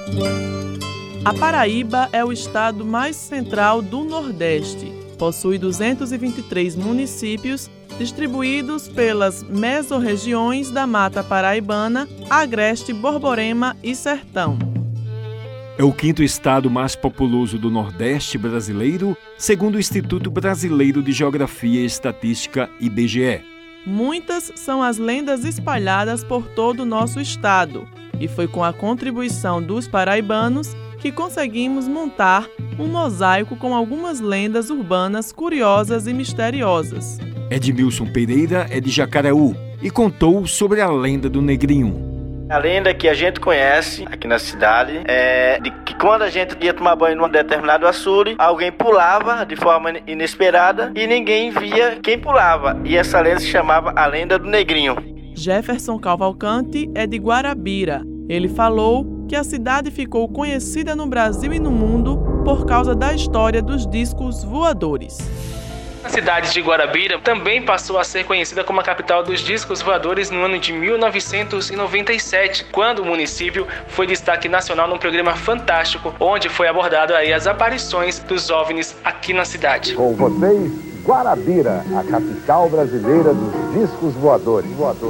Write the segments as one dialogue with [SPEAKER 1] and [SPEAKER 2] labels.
[SPEAKER 1] A Paraíba é o estado mais central do Nordeste. Possui 223 municípios distribuídos pelas mesorregiões da Mata Paraibana, Agreste, Borborema e Sertão.
[SPEAKER 2] É o quinto estado mais populoso do Nordeste brasileiro, segundo o Instituto Brasileiro de Geografia e Estatística, IBGE.
[SPEAKER 1] Muitas são as lendas espalhadas por todo o nosso estado, e foi com a contribuição dos paraibanos que conseguimos montar um mosaico com algumas lendas urbanas curiosas e misteriosas.
[SPEAKER 2] Edmilson Pereira é de Jacaraú e contou sobre a lenda do Negrinho.
[SPEAKER 3] A lenda que a gente conhece aqui na cidade é de que quando a gente ia tomar banho num determinado açude, alguém pulava de forma inesperada e ninguém via quem pulava. E essa lenda se chamava a lenda do Negrinho.
[SPEAKER 1] Jefferson Cavalcante é de Guarabira. Ele falou que a cidade ficou conhecida no Brasil e no mundo por causa da história dos discos voadores.
[SPEAKER 4] A cidade de Guarabira também passou a ser conhecida como a capital dos discos voadores no ano de 1997, quando o município foi destaque nacional num programa fantástico, onde foi abordado aí as aparições dos OVNIs aqui na cidade.
[SPEAKER 5] Com vocês, Guarabira, a capital brasileira dos discos voadores.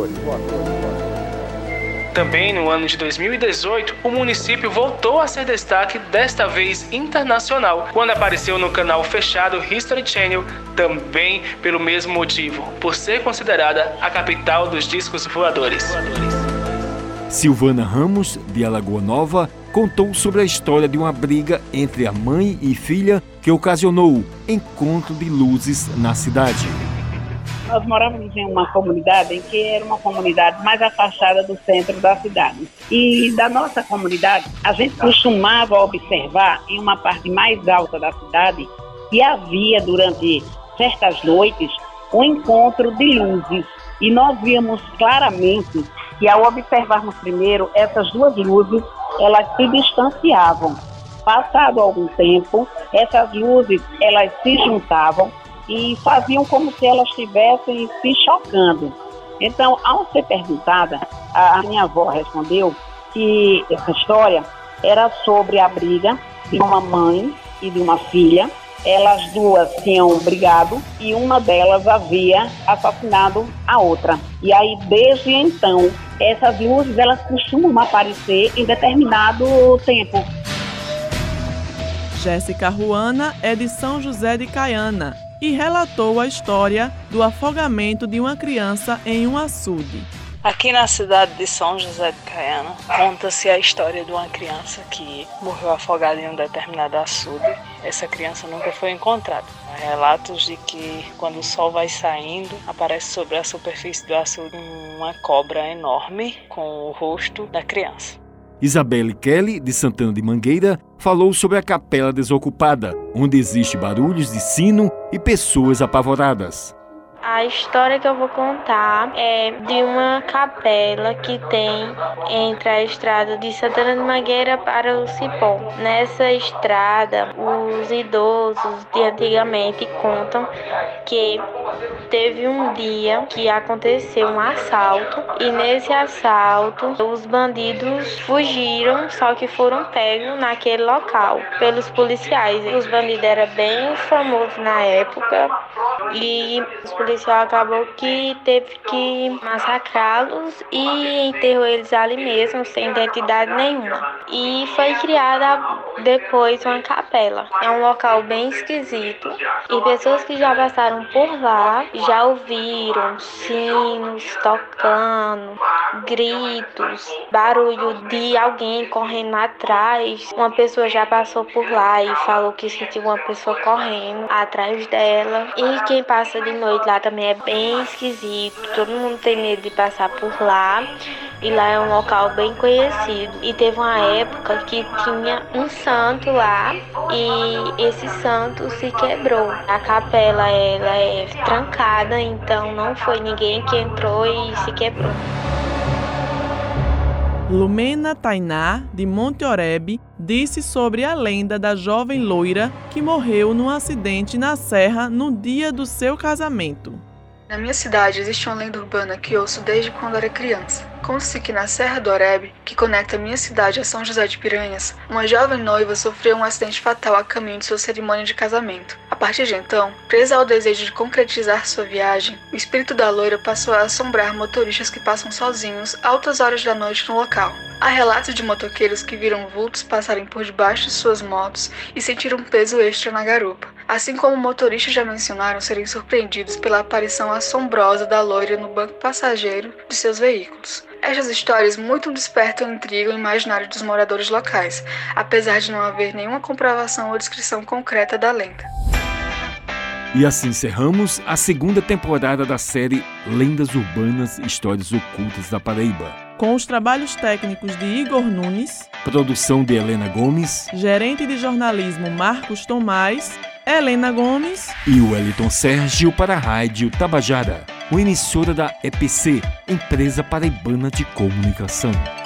[SPEAKER 4] Também no ano de 2018, o município voltou a ser destaque, desta vez internacional, quando apareceu no canal fechado History Channel, também pelo mesmo motivo, por ser considerada a capital dos discos voadores.
[SPEAKER 2] Silvana Ramos, de Alagoa Nova, contou sobre a história de uma briga entre a mãe e filha que ocasionou encontro de luzes na cidade.
[SPEAKER 6] Nós morávamos em uma comunidade em que era uma comunidade mais afastada do centro da cidade. E da nossa comunidade, a gente costumava observar em uma parte mais alta da cidade que havia durante certas noites um encontro de luzes. E nós víamos claramente que ao observarmos primeiro essas duas luzes, elas se distanciavam. Passado algum tempo, essas luzes elas se juntavam e faziam como se elas estivessem se chocando. Então, ao ser perguntada, a minha avó respondeu que essa história era sobre a briga de uma mãe e de uma filha. Elas duas tinham brigado e uma delas havia assassinado a outra. E aí, desde então, essas luzes elas costumam aparecer em determinado tempo.
[SPEAKER 1] Jéssica Ruana é de São José de Caiana e relatou a história do afogamento de uma criança em um açude.
[SPEAKER 7] Aqui na cidade de São José de Caiana, conta-se a história de uma criança que morreu afogada em um determinado açude. Essa criança nunca foi encontrada. Há relatos de que, quando o sol vai saindo, aparece sobre a superfície do açude uma cobra enorme com o rosto da criança.
[SPEAKER 2] Isabelle Kelly, de Santana de Mangueira, falou sobre a capela desocupada, onde existe barulhos de sino e pessoas apavoradas.
[SPEAKER 8] A história que eu vou contar é de uma capela que tem entre a estrada de Santana de Mangueira para o Cipó. Nessa estrada, os idosos de antigamente contam que teve um dia que aconteceu um assalto e nesse assalto os bandidos fugiram, só que foram pegos naquele local pelos policiais. Os bandidos eram bem famosos na época e os policiais acabou que teve que massacrá-los e enterrou eles ali mesmo, sem identidade nenhuma. E foi criada depois uma capela. É um local bem esquisito e pessoas que já passaram por lá já ouviram sinos tocando, gritos, barulho de alguém correndo atrás. Uma pessoa já passou por lá e falou que sentiu uma pessoa correndo atrás dela. E quem passa de noite lá também é bem esquisito, todo mundo tem medo de passar por lá e lá é um local bem conhecido. E teve uma época que tinha um santo lá e esse santo se quebrou. A capela ela é trancada, então não foi ninguém que entrou e se quebrou.
[SPEAKER 1] Lumena Tainá, de Monte Oreb, disse sobre a lenda da jovem loira que morreu num acidente na serra no dia do seu casamento.
[SPEAKER 9] Na minha cidade existe uma lenda urbana que ouço desde quando era criança. Conta-se que na Serra do Oreb, que conecta minha cidade a São José de Piranhas, uma jovem noiva sofreu um acidente fatal a caminho de sua cerimônia de casamento. A partir de então, presa ao desejo de concretizar sua viagem, o espírito da loira passou a assombrar motoristas que passam sozinhos altas horas da noite no local. Há relatos de motoqueiros que viram vultos passarem por debaixo de suas motos e sentiram um peso extra na garupa, assim como motoristas já mencionaram serem surpreendidos pela aparição assombrosa da loira no banco passageiro de seus veículos. Estas histórias muito despertam intriga no imaginário dos moradores locais, apesar de não haver nenhuma comprovação ou descrição concreta da lenda.
[SPEAKER 2] E assim encerramos a segunda temporada da série Lendas Urbanas e Histórias Ocultas da Paraíba.
[SPEAKER 1] Com os trabalhos técnicos de Igor Nunes,
[SPEAKER 2] produção de Helena Gomes,
[SPEAKER 1] gerente de jornalismo Marcos Tomás, Helena Gomes
[SPEAKER 2] e Wellington Sérgio para a Rádio Tabajara, uma emissora da EPC, Empresa Paraibana de Comunicação.